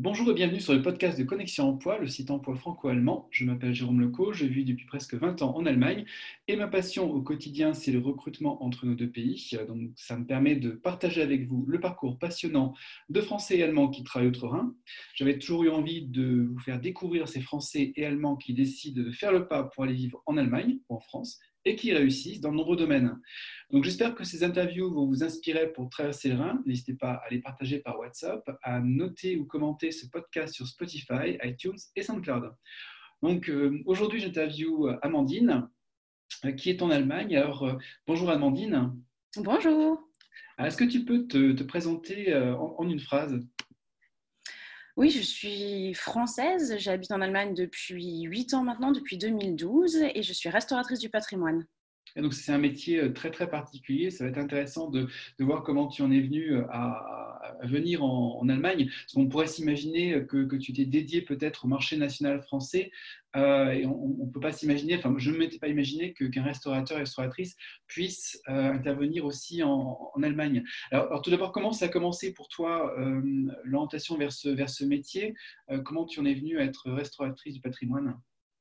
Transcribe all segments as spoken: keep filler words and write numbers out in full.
Bonjour et bienvenue sur le podcast de Connexion Emploi, le site emploi franco-allemand. Je m'appelle Jérôme Lecaux, je vis depuis presque vingt ans en Allemagne et ma passion au quotidien, c'est le recrutement entre nos deux pays. Donc, ça me permet de partager avec vous le parcours passionnant de Français et Allemands qui travaillent outre-Rhin. J'avais toujours eu envie de vous faire découvrir ces Français et Allemands qui décident de faire le pas pour aller vivre en Allemagne ou en France et qui réussissent dans de nombreux domaines. Donc j'espère que ces interviews vont vous inspirer pour traverser le Rhin. N'hésitez pas à les partager par WhatsApp, à noter ou commenter ce podcast sur Spotify, iTunes et SoundCloud. Donc euh, aujourd'hui j'interviewe Amandine euh, qui est en Allemagne. Alors euh, bonjour Amandine. Bonjour. Alors, est-ce que tu peux te, te présenter euh, en, en une phrase? Oui, je suis française. J'habite en Allemagne depuis huit ans maintenant, depuis deux mille douze, et je suis restauratrice du patrimoine. Et donc, c'est un métier très, très particulier. Ça va être intéressant de, de voir comment tu en es venu à, à venir en, en Allemagne. Parce qu'on pourrait s'imaginer que, que tu t'es dédié peut-être au marché national français. Euh, et on ne peut pas s'imaginer, enfin, je ne m'étais pas imaginé que, qu'un restaurateur et restauratrice puisse euh, intervenir aussi en, en Allemagne. Alors, alors, tout d'abord, comment ça a commencé pour toi, euh, l'orientation vers ce, vers ce métier? Euh, comment tu en es venue à être restauratrice du patrimoine?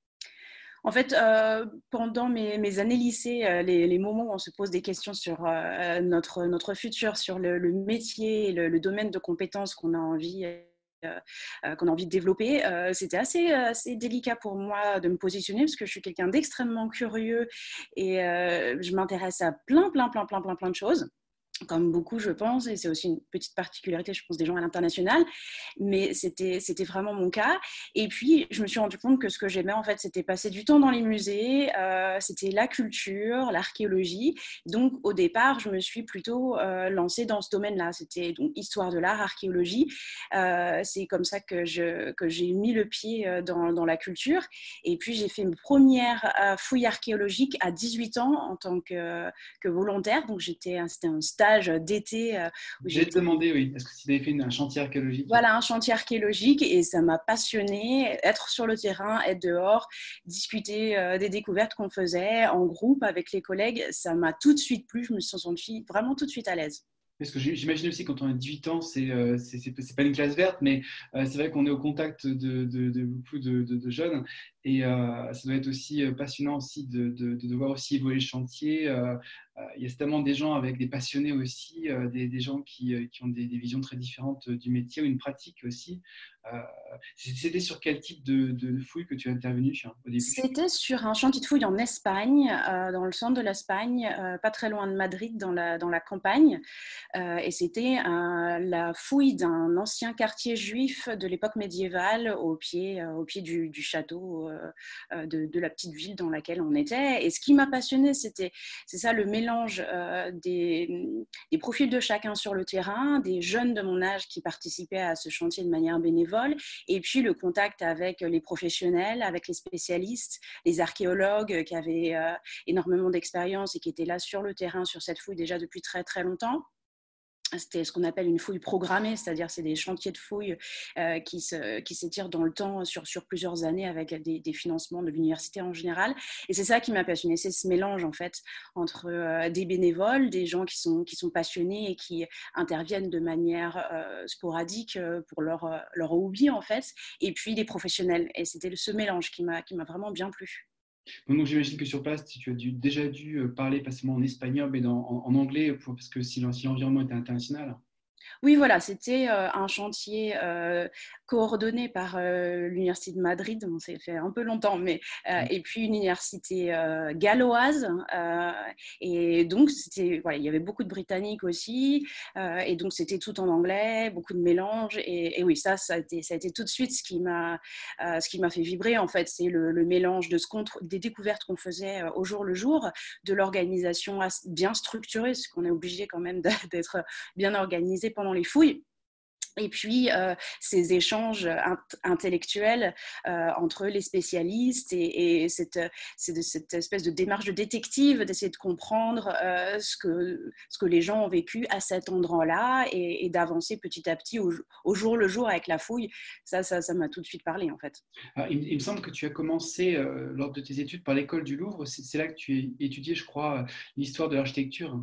En fait, euh, pendant mes, mes années lycée, euh, les, les moments où on se pose des questions sur euh, notre, notre futur, sur le, le métier, le, le domaine de compétences qu'on a envie Euh, euh, qu'on a envie de développer. Euh, c'était assez, assez délicat pour moi de me positionner parce que je suis quelqu'un d'extrêmement curieux et euh, je m'intéresse à plein, plein, plein, plein, plein, plein de choses. Comme beaucoup, je pense, et c'est aussi une petite particularité, je pense, des gens à l'international, mais c'était, c'était vraiment mon cas. Et puis, je me suis rendu compte que ce que j'aimais, en fait, c'était passer du temps dans les musées, euh, c'était la culture, l'archéologie. Donc, au départ, je me suis plutôt euh, lancée dans ce domaine-là. C'était donc histoire de l'art, archéologie. Euh, c'est comme ça que, je, que j'ai mis le pied dans, dans la culture. Et puis, j'ai fait mes premières euh, fouilles archéologiques à dix-huit ans en tant que, que volontaire. Donc, j'étais, c'était un stage d'été euh, où J'ai j'étais demandé, oui, est-ce que tu avais fait un chantier archéologique? voilà, un chantier archéologique et ça m'a passionnée, être sur le terrain, être dehors, discuter euh, des découvertes qu'on faisait en groupe avec les collègues, ça m'a tout de suite plu, je me suis sentie vraiment tout de suite à l'aise. Parce que j'imagine aussi quand on a dix-huit ans, c'est euh, c'est c'est- c'est pas une classe verte, mais euh, c'est vrai qu'on est au contact de, de, de beaucoup de, de- de jeunes et euh, ça doit être aussi euh, passionnant aussi de, de, de voir aussi évoluer le chantier. Euh, euh, il y a tellement des gens avec des passionnés aussi, euh, des, des gens qui, euh, qui ont des, des visions très différentes du métier ou une pratique aussi. Euh, C'était sur quel type de, de fouille que tu es intervenu hein, au début? C'était sur un chantier de fouilles en Espagne, euh, dans le centre de l'Espagne, euh, pas très loin de Madrid, dans la, dans la campagne. Euh, et c'était euh, la fouille d'un ancien quartier juif de l'époque médiévale au pied, euh, au pied du, du château euh, euh, de, de la petite ville dans laquelle on était. Et ce qui m'a passionnée, c'était c'est ça le mélange euh, des, des profils de chacun sur le terrain, des jeunes de mon âge qui participaient à ce chantier de manière bénévole, et puis le contact avec les professionnels, avec les spécialistes, les archéologues qui avaient euh, énormément d'expérience et qui étaient là sur le terrain sur cette fouille déjà depuis très très longtemps. C'était ce qu'on appelle une fouille programmée, c'est-à-dire c'est des chantiers de fouilles euh, qui, se, qui s'étirent dans le temps sur, sur plusieurs années avec des, des financements de l'université en général. Et c'est ça qui m'a passionnée, c'est ce mélange en fait entre euh, des bénévoles, des gens qui sont, qui sont passionnés et qui interviennent de manière euh, sporadique pour leur, leur hobby en fait, et puis des professionnels. Et c'était ce mélange qui m'a, qui m'a vraiment bien plu. Donc, j'imagine que sur place, tu as dû, déjà dû euh, parler pas seulement en espagnol, mais dans- en, en anglais, pour- parce que si l'en- si l'environnement était international. Oui, voilà, c'était euh, un chantier euh, coordonné par euh, l'Université de Madrid, bon, ça fait un peu longtemps, mais euh, et puis une université euh, galloise. Euh, et donc, c'était, voilà, il y avait beaucoup de Britanniques aussi, euh, et donc c'était tout en anglais, beaucoup de mélanges. Et, et oui, ça, ça a été, ça a été tout de suite ce qui m'a, euh, ce qui m'a fait vibrer. En fait, c'est le, le mélange de ce qu'on, des découvertes qu'on faisait euh, au jour le jour, de l'organisation bien structurée, parce qu'on est obligé quand même d'être bien organisé pendant les fouilles. Et puis, euh, ces échanges int- intellectuels euh, entre les spécialistes et, et cette, cette, cette espèce de démarche de détective, d'essayer de comprendre euh, ce, que, ce que les gens ont vécu à cet endroit-là et, et d'avancer petit à petit au, au jour le jour avec la fouille. Ça, ça, ça m'a tout de suite parlé, en fait. Alors, il, il me semble que tu as commencé euh, lors de tes études par l'école du Louvre. C'est c'est là que tu as étudié, je crois, euh, l'histoire de l'architecture.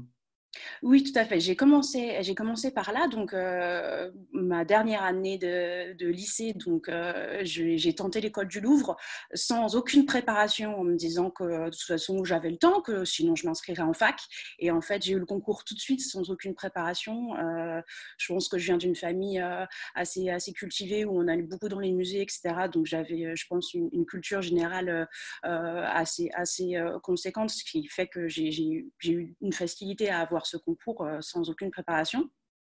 Oui, tout à fait. J'ai commencé, j'ai commencé par là, donc euh, ma dernière année de, de lycée, donc euh, je- j'ai tenté l'école du Louvre sans aucune préparation, en me disant que de toute façon j'avais le temps, que sinon je m'inscrirais en fac. Et en fait, j'ai eu le concours tout de suite sans aucune préparation. Euh, je pense que je viens d'une famille euh, assez, assez cultivée où on allait beaucoup dans les musées, et cetera. Donc j'avais, je pense, une, une culture générale euh, euh, assez, assez euh, conséquente, ce qui fait que j'ai, j'ai, j'ai eu une facilité à avoir ce concours euh, sans aucune préparation.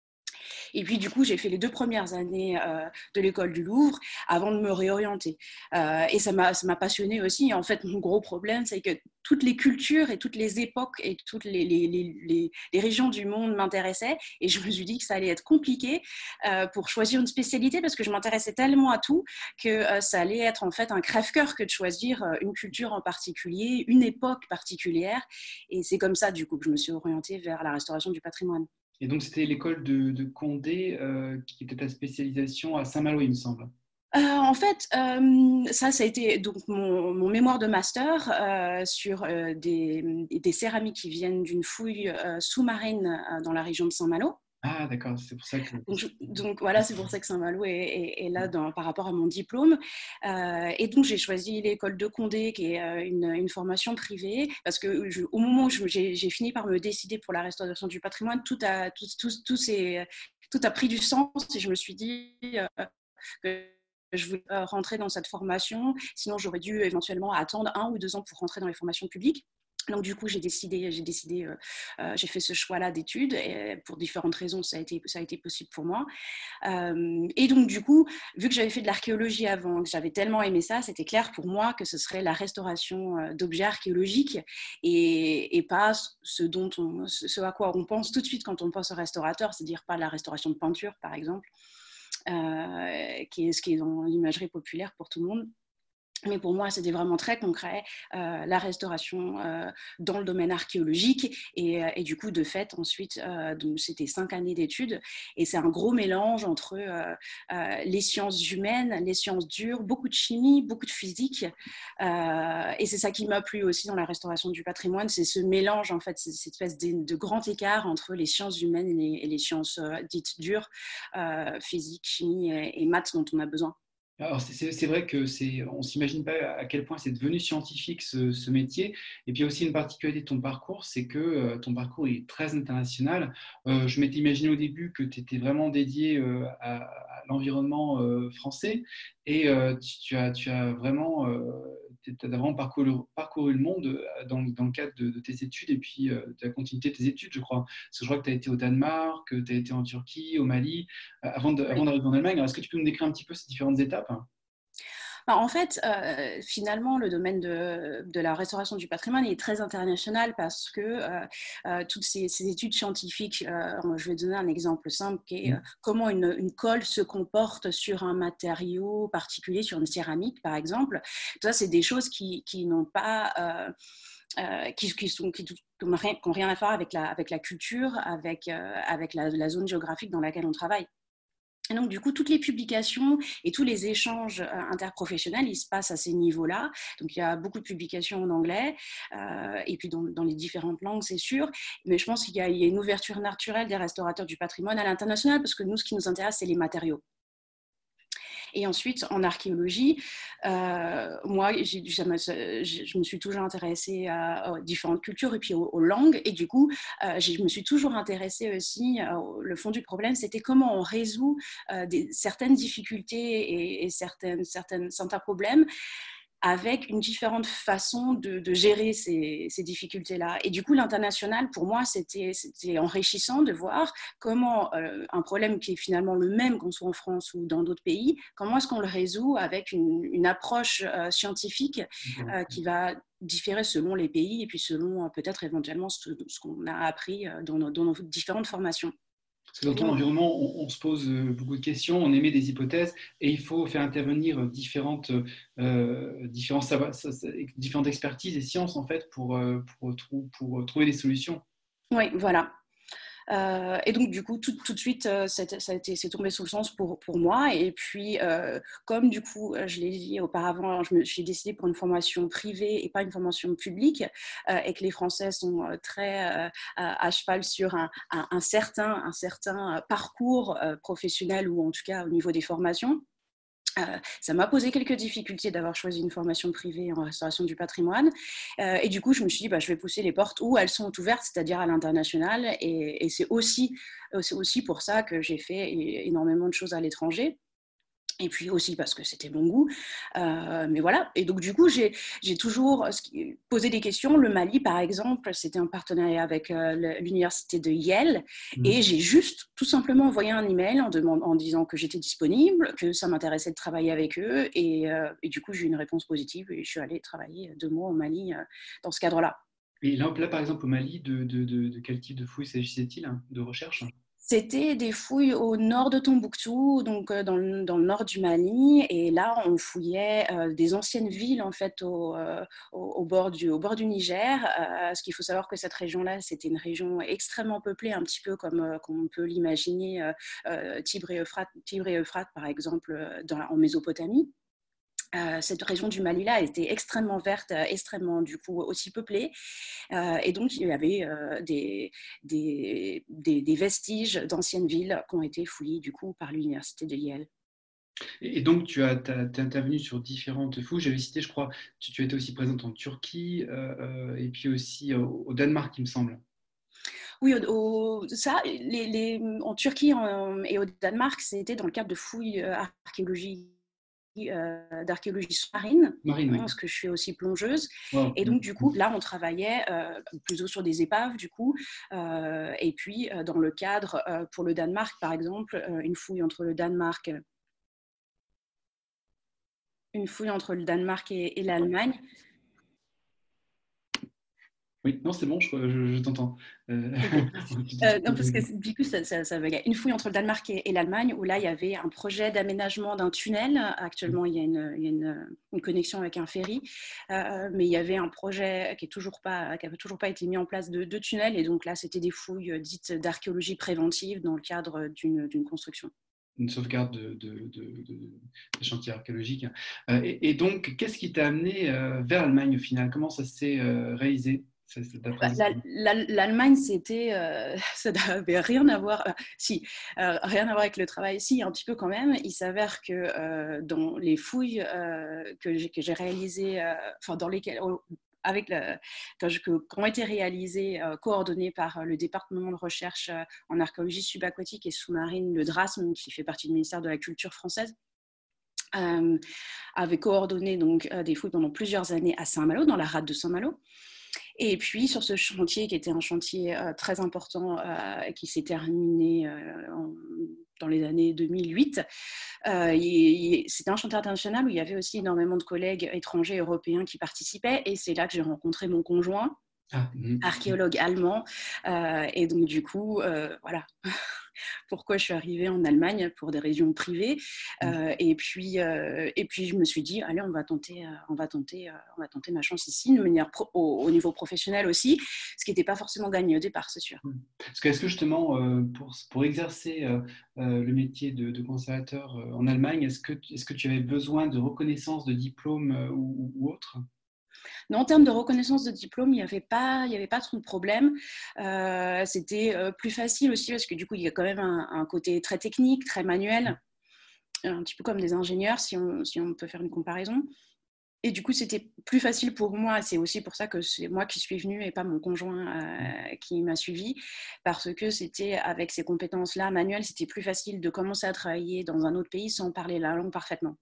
Et puis, du coup, j'ai fait les deux premières années euh, de l'école du Louvre avant de me réorienter. Euh, et ça m'a, ça m'a passionnée aussi. En fait, mon gros problème, c'est que toutes les cultures et toutes les époques et toutes les, les, les, les, les régions du monde m'intéressaient. Et je me suis dit que ça allait être compliqué euh, pour choisir une spécialité parce que je m'intéressais tellement à tout que euh, ça allait être en fait un crève-cœur que de choisir euh, une culture en particulier, une époque particulière. Et c'est comme ça, du coup, que je me suis orientée vers la restauration du patrimoine. Et donc, c'était l'école de, de Condé euh, qui était ta spécialisation à Saint-Malo, il me semble. Euh, en fait, euh, ça, ça a été donc mon, mon mémoire de master euh, sur euh, des, des céramiques qui viennent d'une fouille euh, sous-marine euh, dans la région de Saint-Malo. Ah, d'accord, c'est pour ça que... Donc, je- donc voilà, c'est pour ça que Saint-Malo est, est- est là dans- par rapport à mon diplôme. Euh, et donc j'ai choisi l'école de Condé, qui est euh, une, une formation privée, parce que je- au moment où je- j'ai j'ai fini par me décider pour la restauration du patrimoine, tout a, tout, tout, tout, s'est- tout a pris du sens et je me suis dit euh, que je voulais euh, rentrer dans cette formation. Sinon, j'aurais dû éventuellement attendre un ou deux ans pour rentrer dans les formations publiques. Donc du coup, j'ai décidé, j'ai décidé, euh, euh, j'ai fait ce choix-là d'études et pour différentes raisons, ça a été, ça a été possible pour moi. Euh, et donc du coup, vu que j'avais fait de l'archéologie avant, que j'avais tellement aimé ça, c'était clair pour moi que ce serait la restauration euh, d'objets archéologiques et, et pas ce dont on, ce à quoi on pense tout de suite quand on pense au restaurateur, c'est-à-dire pas la restauration de peinture par exemple, euh, qui est ce qui est dans l'imagerie populaire pour tout le monde. Mais pour moi, c'était vraiment très concret, euh, la restauration euh, dans le domaine archéologique. Et, euh, et, du coup, de fait, ensuite, euh, donc, c'était cinq années d'études. Et c'est un gros mélange entre euh, euh, les sciences humaines, les sciences dures, beaucoup de chimie, beaucoup de physique. Euh, et c'est ça qui m'a plu aussi dans la restauration du patrimoine, c'est ce mélange, en fait, cette espèce de, de grand écart entre les sciences humaines et les, et les sciences euh, dites dures, euh, physique, chimie et, et maths dont on a besoin. Alors, c'est c'est vrai que c'est, on s'imagine pas à quel point c'est devenu scientifique ce, ce métier. Et puis, il y a aussi une particularité de ton parcours, c'est que euh, ton parcours est très international. Euh, je m'étais imaginé au début que tu étais vraiment dédié euh, à, à l'environnement euh, français. Et euh, tu, tu as, tu as vraiment, euh, t'as vraiment parcouru, parcouru le monde euh, dans, dans le cadre de, de tes études et puis euh, de la continuité de tes études, je crois. Parce que je crois que tu as été au Danemark, que tu as été en Turquie, au Mali, euh, avant de- avant Oui. d'arriver en Allemagne. Alors, est-ce que tu peux nous décrire un petit peu ces différentes étapes? Bah, en fait, euh, finalement, le domaine de, de, la restauration du patrimoine est très international parce que euh, euh, toutes ces, ces, études scientifiques, euh, je vais donner un exemple simple qui est euh, comment une, une, colle se comporte sur un matériau particulier, sur une céramique par exemple. Tout ça, c'est des choses qui, qui n'ont pas... Euh, euh, qui, qui, sont, qui, qui n'ont rien, rien, à faire avec la, avec la culture, avec, euh, avec la, la zone géographique dans laquelle on travaille. Et donc, du coup, toutes les publications et tous les échanges euh, interprofessionnels, ils se passent à ces niveaux-là. Donc, il y a beaucoup de publications en anglais euh, et puis dans, dans, les différentes langues, c'est sûr. Mais je pense qu'il y, y a une ouverture naturelle des restaurateurs du patrimoine à l'international parce que nous, ce qui nous intéresse, c'est les matériaux. Et ensuite, en archéologie, euh, moi, j'ai, je me suis toujours intéressée à, aux différentes cultures et puis aux, aux langues. Et du coup, euh, je me suis toujours intéressée aussi. Euh, le fond du problème, c'était comment on résout euh, des, certaines difficultés et, et certaines, certaines, certains problèmes avec une différente façon de, de gérer ces, ces difficultés-là. Et du coup, l'international, pour moi, c'était, c'était enrichissant de voir comment euh, un problème qui est finalement le même qu'on soit en France ou dans d'autres pays, comment est-ce qu'on le résout avec une, une approche euh, scientifique euh, qui va différer selon les pays et puis selon euh, peut-être éventuellement ce, ce qu'on a appris euh, dans, nos, dans nos différentes formations. Parce que dans ton environnement, on, on se pose beaucoup de questions, on émet des hypothèses et il faut faire intervenir différentes, euh, différents savoirs, différentes expertises et sciences en fait pour, pour, pour, pour trouver des solutions. Oui, voilà. Euh, et donc, du coup, tout, tout de suite, euh, ça a été, c'est tombé sous le sens pour, pour moi. Et puis, euh, comme du coup, je l'ai dit auparavant, je me suis décidée pour une formation privée et pas une formation publique, euh, et que les Français sont très euh, à, à cheval sur un, un, un, certain, un certain parcours euh, professionnel, ou en tout cas au niveau des formations. Euh, ça m'a posé quelques difficultés d'avoir choisi une formation privée en restauration du patrimoine. Euh, et du coup, je me suis dit, bah, je vais pousser les portes où elles sont ouvertes, c'est-à-dire à l'international. Et, et c'est, aussi, c'est aussi pour ça que j'ai fait énormément de choses à l'étranger. Et puis aussi parce que c'était mon goût. Euh, mais voilà. Et donc, du coup, j'ai, j'ai toujours posé des questions. Le Mali, par exemple, c'était un partenariat avec euh, l'université de Yale. Mmh. Et j'ai juste tout simplement envoyé un email en, demandant, en disant que j'étais disponible, que ça m'intéressait de travailler avec eux. Et, euh, et du coup, j'ai eu une réponse positive et je suis allée travailler deux mois au Mali euh, dans ce cadre-là. Et là, là, par exemple, au Mali, de, de, de, de quel type de fouille s'agissait-il, hein, de recherche? C'était des fouilles au nord de Tombouctou, donc dans le, dans le nord du Mali. Et là, on fouillait euh, des anciennes villes en fait au, euh, au, au, bord, du, au bord du Niger. Euh, ce qu'il faut savoir que cette région-là, c'était une région extrêmement peuplée, un petit peu comme, euh, comme on peut l'imaginer, euh, euh, Tibre et Euphrate, Tibre et Euphrate, par exemple, dans la, en Mésopotamie. Euh, cette région du Mali-là était extrêmement verte, euh, extrêmement du coup aussi peuplée. Euh, et donc, il y avait euh, des, des, des, des vestiges d'anciennes villes qui ont été fouillées du coup par l'université de Yale. Et donc, tu as, as, as intervenu sur différentes fouilles. J'avais cité, je crois, tu, tu étais aussi présente en Turquie euh, euh, et puis aussi au, au Danemark, il me semble. Oui, au, au, ça, les, les, en Turquie en, et au Danemark, c'était dans le cadre de fouilles euh, archéologiques. Euh, d'archéologie sous-marine, Marine, oui. parce que je suis aussi plongeuse. Wow. Et donc, du coup, là, on travaillait euh, plutôt sur des épaves, du coup. Euh, et puis, euh, dans le cadre, euh, pour le Danemark, par exemple, euh, une fouille entre le Danemark, une fouille entre le Danemark et, et l'Allemagne. Oui, non, c'est bon, je, je, je t'entends. Euh... euh, non, parce que du coup, ça, ça, ça veut dire une fouille entre le Danemark et, et l'Allemagne, où là, il y avait un projet d'aménagement d'un tunnel. Actuellement, il y a une, il y a une, une connexion avec un ferry, euh, mais il y avait un projet qui n'avait toujours, toujours pas été mis en place de, de tunnel. Et donc là, c'était des fouilles dites d'archéologie préventive dans le cadre d'une, d'une construction. Une sauvegarde de, de, de, de, de chantiers archéologiques. Euh, et, et donc, qu'est-ce qui t'a amené euh, vers l'Allemagne au final? Comment ça s'est euh, réalisé? L'Allemagne, c'était, euh, ça n'avait rien à voir, euh, si, euh, rien à voir avec le travail, si, un petit peu quand même. Il s'avère que euh, dans les fouilles euh, que j'ai, que j'ai réalisées, euh, enfin dans lesquelles, avec le, que, que, qui ont été réalisées, euh, coordonnées par le département de recherche euh, en archéologie subaquatique et sous-marine, le DRASM, qui fait partie du ministère de la Culture française. Euh, avait coordonné donc euh, des fouilles pendant plusieurs années à Saint-Malo, dans la rade de Saint-Malo. Et puis sur ce chantier, qui était un chantier euh, très important, euh, qui s'est terminé euh, en, dans les années deux mille huit, euh, c'était un chantier international où il y avait aussi énormément de collègues étrangers européens qui participaient. Et c'est là que j'ai rencontré mon conjoint, ah, archéologue allemand. Euh, et donc du coup, euh, voilà. Pourquoi je suis arrivée en Allemagne pour des raisons privées. Euh, et, puis, euh, et puis, je me suis dit, allez, on va tenter, euh, on va tenter, euh, on va tenter ma chance ici, de manière pro, au, au niveau professionnel aussi, ce qui n'était pas forcément gagné au départ, c'est sûr. Parce que, est-ce que justement, euh, pour, pour exercer euh, euh, le métier de, de conservateur euh, en Allemagne, est-ce que, est-ce que tu avais besoin de reconnaissance de diplôme euh, ou, ou autre? Non, en termes de reconnaissance de diplôme, il n'y avait pas, il y avait pas trop de problème. Euh, c'était euh, plus facile aussi parce que du coup, il y a quand même un, un côté très technique, très manuel, un petit peu comme des ingénieurs, si on, si on peut faire une comparaison. Et du coup, c'était plus facile pour moi. C'est aussi pour ça que c'est moi qui suis venue et pas mon conjoint euh, qui m'a suivie. Parce que c'était avec ces compétences-là manuelles, c'était plus facile de commencer à travailler dans un autre pays sans parler la langue parfaitement.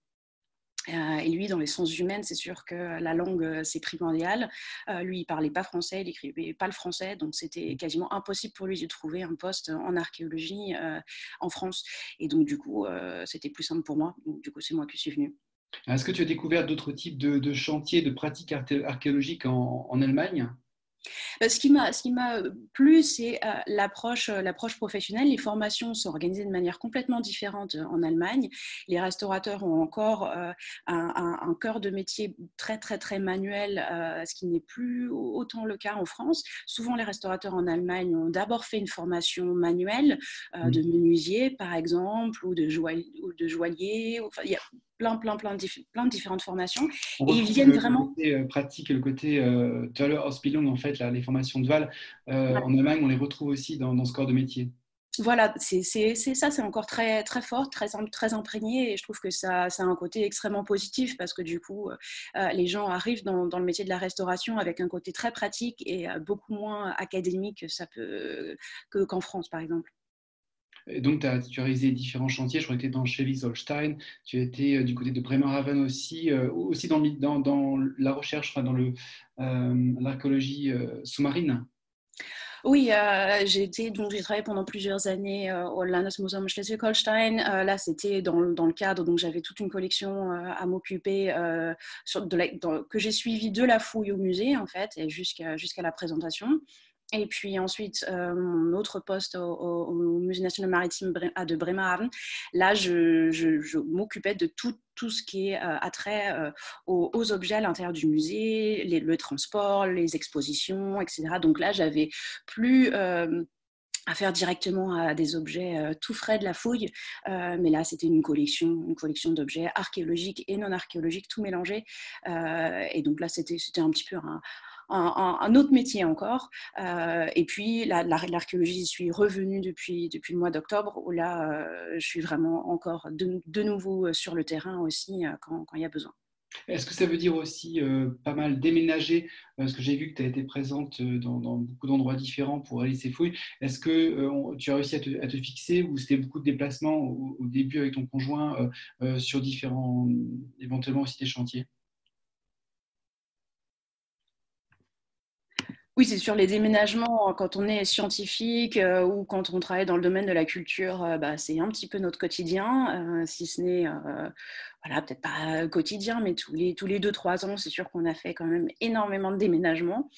Et lui, dans les sciences humaines, c'est sûr que la langue, c'est primordial. Euh, lui, il ne parlait pas français, il n'écrivait pas le français, donc c'était quasiment impossible pour lui de trouver un poste en archéologie euh, en France. Et donc, du coup, euh, c'était plus simple pour moi. Donc, du coup, c'est moi qui suis venue. Est-ce que tu as découvert d'autres types de, de chantiers, de pratiques archéologiques en, en Allemagne? Ce qui m'a, ce qui m'a plu, c'est euh, l'approche, euh, l'approche professionnelle. Les formations sont organisées de manière complètement différente en Allemagne. Les restaurateurs ont encore euh, un, un, un cœur de métier très, très, très manuel, euh, ce qui n'est plus autant le cas en France. Souvent, les restaurateurs en Allemagne ont d'abord fait une formation manuelle euh, de menuisier, par exemple, ou de, joaillier. Ou de joaillier. Enfin, il y a plein, plein, plein de, dif- plein de différentes formations. On Et ils retrouve viennent le, le vraiment... côté euh, pratique, le côté euh, Tolle Ausbildung, en fait, là, les formations de Val. Euh, en Allemagne, on les retrouve aussi dans, dans ce corps de métier. Voilà, c'est c'est- c'est ça, c'est encore très, très fort, très, très imprégné et je trouve que ça, ça a un côté extrêmement positif parce que du coup, euh, les gens arrivent dans, dans le métier de la restauration avec un côté très pratique et euh, beaucoup moins académique que ça peut, que, qu'en France, par exemple. Et donc, t'as- tu as réalisé différents chantiers. Je crois que tu étais dans Schleswig-Holstein. Tu as été euh, du côté de Bremerhaven aussi, euh, aussi dans, le- dans, dans la recherche, enfin, dans le, euh, l'archéologie euh, sous-marine. Oui, euh, j'ai été, donc j'ai travaillé pendant plusieurs années euh, au Landesmuseum Schleswig-Holstein. Euh, là, c'était dans, dans le cadre, donc j'avais toute une collection euh, à m'occuper euh, sur de la- dans- que j'ai suivi de la fouille au musée en fait, et jusqu'à jusqu'à la présentation. Et puis ensuite, euh, mon autre poste au, au- au Musée national maritime Bre- de Bremerhaven, là, je, je- je m'occupais de tout, tout ce qui est euh, attrait euh, aux, aux objets à l'intérieur du musée, les- le transport, les expositions, et cetera. Donc là, j'avais plus euh, à faire directement à des objets euh, tout frais de la fouille, euh, mais là c'était une collection, une collection d'objets archéologiques et non archéologiques, tout mélangé. Euh, et donc là c'était c'était un petit peu un, un, un autre métier encore. Euh, et puis la, la, l'archéologie, j'y suis revenue depuis, depuis le mois d'octobre, où là euh, je suis vraiment encore de, de nouveau sur le terrain aussi euh, quand il y a besoin. Est-ce que ça veut dire aussi euh, pas mal déménager? Euh, Parce que j'ai vu que tu as été présente euh, dans, dans beaucoup d'endroits différents pour aller ces fouilles. Est-ce que euh, on- tu as réussi à te, à te fixer ou c'était beaucoup de déplacements au, au début avec ton conjoint euh, euh, sur différents, éventuellement aussi des chantiers? Oui, c'est sur les déménagements, quand on est scientifique euh, ou quand on travaille dans le domaine de la culture, euh, bah, c'est un petit peu notre quotidien, euh, si ce n'est, euh, voilà, peut-être pas quotidien, mais tous les, tous les deux, trois ans, c'est sûr qu'on a fait quand même énormément de déménagements.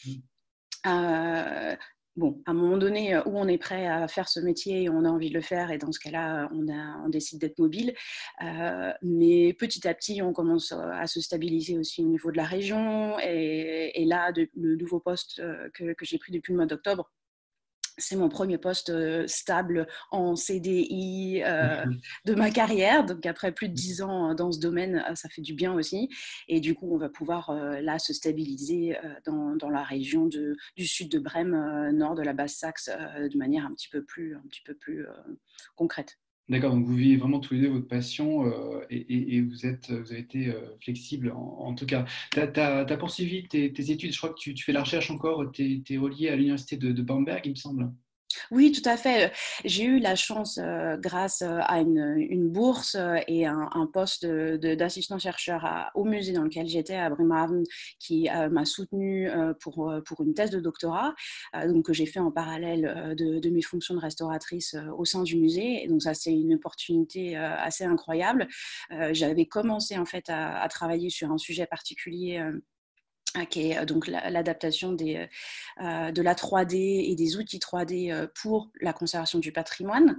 Euh, bon, à un moment donné où on est prêt à faire ce métier et on a envie de le faire, et dans ce cas-là, on, a, on décide d'être mobile. Euh, mais petit à petit, on commence à se stabiliser aussi au niveau de la région. Et, et là, de, le nouveau poste euh, que, que j'ai pris depuis le mois d'octobre, c'est mon premier poste euh, stable en C D I euh, de ma carrière. Donc, après plus de dix ans euh, dans ce domaine, euh, ça fait du bien aussi. Et du coup, on va pouvoir euh, là se stabiliser euh, dans, dans la région de, du sud de Brême, euh, nord de la Basse-Saxe, euh, de manière un petit peu plus, un petit peu plus euh, concrète. D'accord, donc vous vivez vraiment tous les deux votre passion euh, et, et- et vous êtes, vous avez été euh, flexible en, en tout cas. Tu as poursuivi tes, tes études, je crois que tu, tu fais la recherche encore, tu es, relié à l'université de, de Bamberg, il me semble. Oui, tout à fait. J'ai eu la chance, euh, grâce euh, à une, une bourse euh, et un, un poste de- de- d'assistant-chercheur à- au musée dans lequel j'étais à Bremerhaven, qui euh, m'a soutenue euh, pour, euh, pour une thèse de doctorat, euh, donc, que j'ai fait en parallèle euh, de, de mes fonctions de restauratrice euh, au sein du musée. Et donc ça, c'est une opportunité euh, assez incroyable. Euh, j'avais commencé en fait à, à travailler sur un sujet particulier. Euh, qui est donc l'adaptation des, euh, de la trois D et des outils trois D pour la conservation du patrimoine.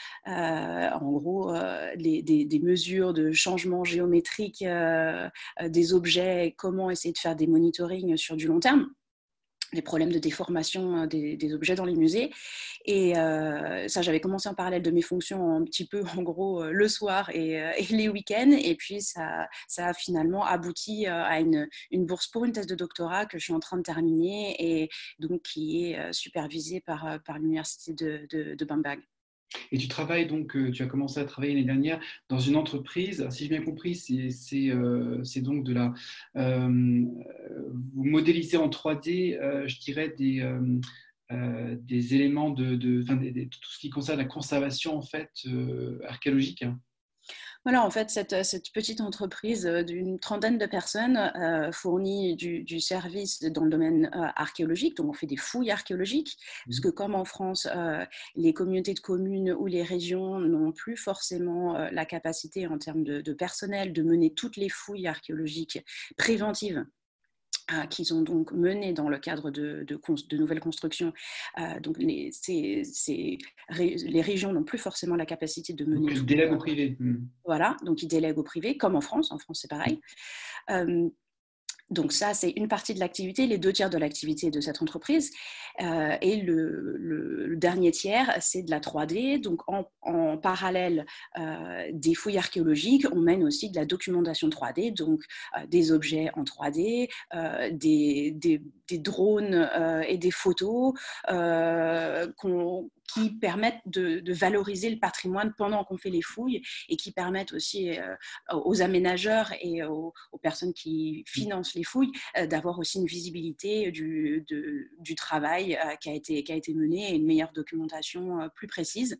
Euh, en gros, euh, les, des, des, mesures de changement géométrique euh, des objets, comment essayer de faire des monitorings sur du long terme, les problèmes de déformation des, des objets dans les musées. Et euh, ça, j'avais commencé en parallèle de mes fonctions un petit peu, en gros, euh, le soir et, euh, et les week-ends. Et puis, ça, ça a finalement abouti euh, à une, une bourse pour une thèse de doctorat que je suis en train de terminer et donc qui est euh, supervisée par, euh, par l'université de, de, de Bamberg. Et tu travailles donc, euh, tu as commencé à travailler l'année dernière dans une entreprise. Si j'ai bien compris, c'est c'est, euh, c'est donc de la. Euh, vous modélisez en trois D, euh, je dirais, des, euh, euh, des éléments de. de enfin, des, des, tout ce qui concerne la conservation en fait, euh, archéologique. Hein. Voilà, en fait, cette, cette petite entreprise d'une trentaine de personnes euh, fournit du, du service dans le domaine euh, archéologique. Donc, on fait des fouilles archéologiques, parce que comme en France, euh, les communautés de communes ou les régions n'ont plus forcément euh, la capacité en termes de, de personnel de mener toutes les fouilles archéologiques préventives Euh, qu'ils ont donc mené dans le cadre de, de, de nouvelles constructions. Euh, donc les, ces, ces, les régions n'ont plus forcément la capacité de mener Donc, ils tout. délèguent au privé. Mmh. Voilà, donc ils délèguent au privé, comme en France. En France, c'est pareil. Euh, Donc ça, c'est une partie de l'activité, les deux tiers de l'activité de cette entreprise. Euh, et le, le, le dernier tiers, c'est de la trois D. Donc en, en parallèle euh, des fouilles archéologiques, on mène aussi de la documentation trois D, donc euh, des objets en trois D, euh, des, des, des drones euh, et des photos euh, qu'on qui permettent de, de valoriser le patrimoine pendant qu'on fait les fouilles et qui permettent aussi euh, aux aménageurs et aux, aux personnes qui financent les fouilles euh, d'avoir aussi une visibilité du, de, du travail euh, qui, a été, qui a été mené et une meilleure documentation euh, plus précise.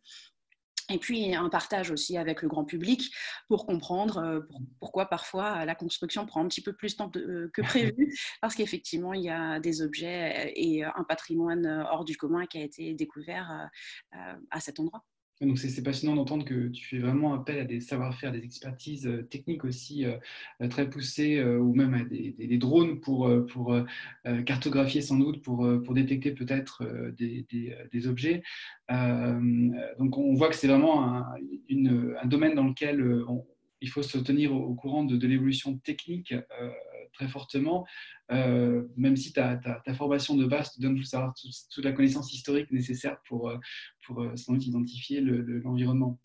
Et puis un partage aussi avec le grand public pour comprendre euh, pour, pourquoi parfois la construction prend un petit peu plus de temps de, euh, que prévu, parce qu'effectivement il y a des objets et un patrimoine hors du commun qui a été découvert euh, à cet endroit. Donc c'est passionnant d'entendre que tu fais vraiment appel à des savoir-faire, des expertises euh, techniques aussi euh, très poussées, euh, ou même à des, des, des drones pour, euh, pour euh, cartographier sans doute, pour, pour détecter peut-être euh, des, des, des objets. Euh, donc on voit que c'est vraiment un, une, un domaine dans lequel on, il faut se tenir au, au courant de, de l'évolution technique euh, très fortement, euh, même si ta, ta, ta formation de base te donne tout savoir, toute, toute la connaissance historique nécessaire pour, pour euh, sans doute identifier le, le, l'environnement.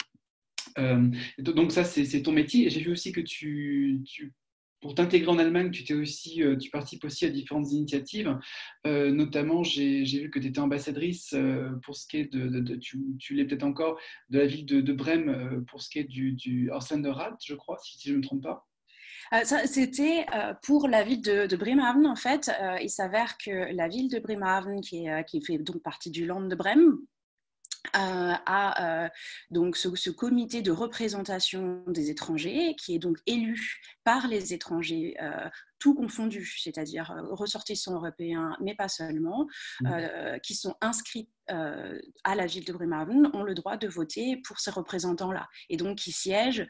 Euh, donc ça, c'est, c'est ton métier. Et j'ai vu aussi que tu, tu pour t'intégrer en Allemagne, tu, t'es aussi, euh, tu participes aussi à différentes initiatives. Euh, notamment, j'ai, j'ai vu que tu étais ambassadrice euh, pour ce qui est de, de, de tu, tu l'es peut-être encore, de la ville de, de Brême euh, pour ce qui est du, du Ausländerrat, je crois, si, si je ne me trompe pas. Euh, ça, c'était euh, pour la ville de, de Bremerhaven, en fait. Euh, il s'avère que la ville de Bremerhaven, qui, est, qui fait donc partie du Land de Brême, Euh, à euh, donc ce, ce comité de représentation des étrangers qui est donc élu par les étrangers euh, tout confondus, c'est-à-dire euh, ressortissants européens, mais pas seulement, euh, qui sont inscrits euh, à la ville de Bremerhaven, ont le droit de voter pour ces représentants-là, et donc qui siègent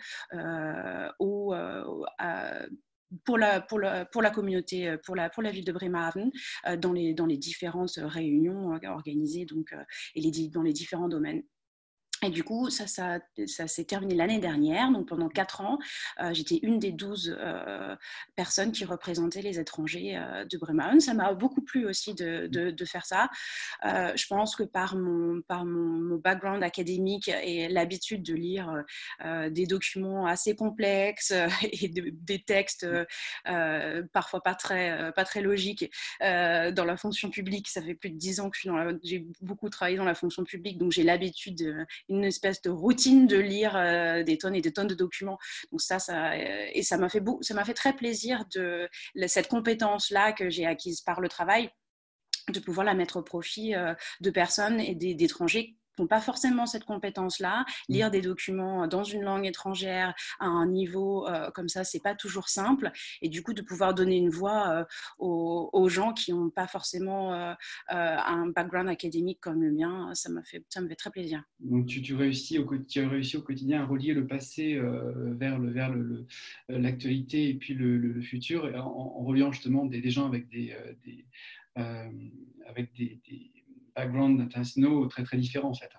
euh, au, euh, à, pour la, pour, la, pour la communauté, pour la, pour la ville de Bremerhaven, euh, dans, les, dans les différentes réunions euh, organisées donc, euh, et les, dans les différents domaines. Et du coup, ça, ça, ça s'est terminé l'année dernière. Donc, pendant quatre ans, euh, j'étais une des douze euh, personnes qui représentaient les étrangers euh, de Bremerhaven. Ça m'a beaucoup plu aussi de, de, de faire ça. Euh, je pense que par mon, par mon, mon background académique et l'habitude de lire euh, des documents assez complexes et de, des textes euh, parfois pas très, pas très logiques euh, dans la fonction publique, ça fait plus de dix ans que je suis dans la, j'ai beaucoup travaillé dans la fonction publique, donc j'ai l'habitude de, une espèce de routine de lire euh, des tonnes et des tonnes de documents. Donc ça, ça euh, et ça m'a fait beau, ça m'a fait très plaisir de cette compétence-là que j'ai acquise par le travail, de pouvoir la mettre au profit euh, de personnes et d'étrangers qui n'ont pas forcément cette compétence-là. Lire des documents dans une langue étrangère à un niveau euh, comme ça, c'est pas toujours simple. Et du coup, de pouvoir donner une voix euh, aux, aux gens qui n'ont pas forcément euh, euh, un background académique comme le mien, ça m'a fait, ça me fait très plaisir. Donc tu, tu, réussis au, tu as réussi au quotidien à relier le passé euh, vers, le, vers le, le, l'actualité et puis le, le futur, en, en reliant justement des, des gens avec des, euh, des, euh, avec des, des backgrounds internationaux très très différents en fait.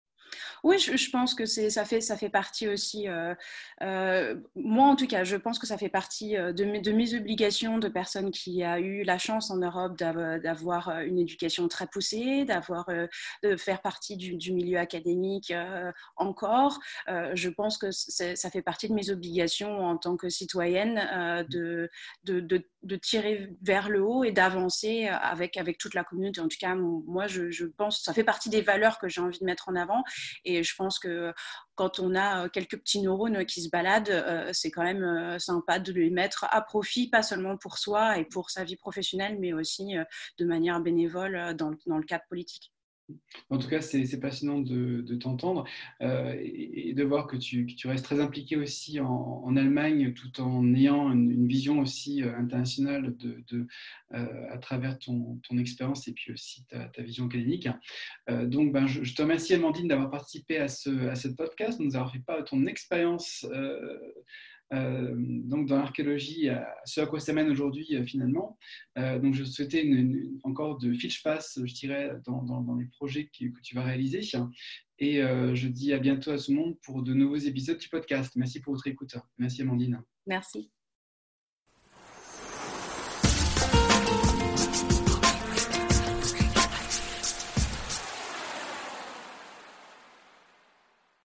Oui, je, je pense que c'est, ça, fait, ça fait partie aussi, euh, euh, moi en tout cas, je pense que ça fait partie de mes, de mes obligations de personne qui a eu la chance en Europe d'avoir, d'avoir une éducation très poussée, d'avoir, euh, de faire partie du, du milieu académique euh, encore. Euh, je pense que ça fait partie de mes obligations en tant que citoyenne euh, de, de, de, de tirer vers le haut et d'avancer avec, avec toute la communauté. En tout cas, moi, je, je pense que ça fait partie des valeurs que j'ai envie de mettre en avant. Et je pense que quand on a quelques petits neurones qui se baladent, c'est quand même sympa de les mettre à profit, pas seulement pour soi et pour sa vie professionnelle, mais aussi de manière bénévole dans le, dans le cadre politique. En tout cas, c'est, c'est passionnant de, de t'entendre euh, et, et de voir que tu, que tu restes très impliqué aussi en, en Allemagne, tout en ayant une, une vision aussi euh, internationale de, de, euh, à travers ton, ton expérience et puis aussi ta, ta vision académique. Euh, donc, ben, je, je te remercie, Amandine, d'avoir participé à ce, à ce podcast, de nous avoir fait part de ton expérience euh, euh, donc dans l'archéologie, à ce à quoi ça mène aujourd'hui euh, finalement. Euh, donc je souhaitais une, une, encore de fiche passe, je dirais, dans, dans, dans les projets que, que tu vas réaliser. Et euh, je dis à bientôt à tout le monde pour de nouveaux épisodes du podcast. Merci pour votre écoute. Merci Amandine. Merci.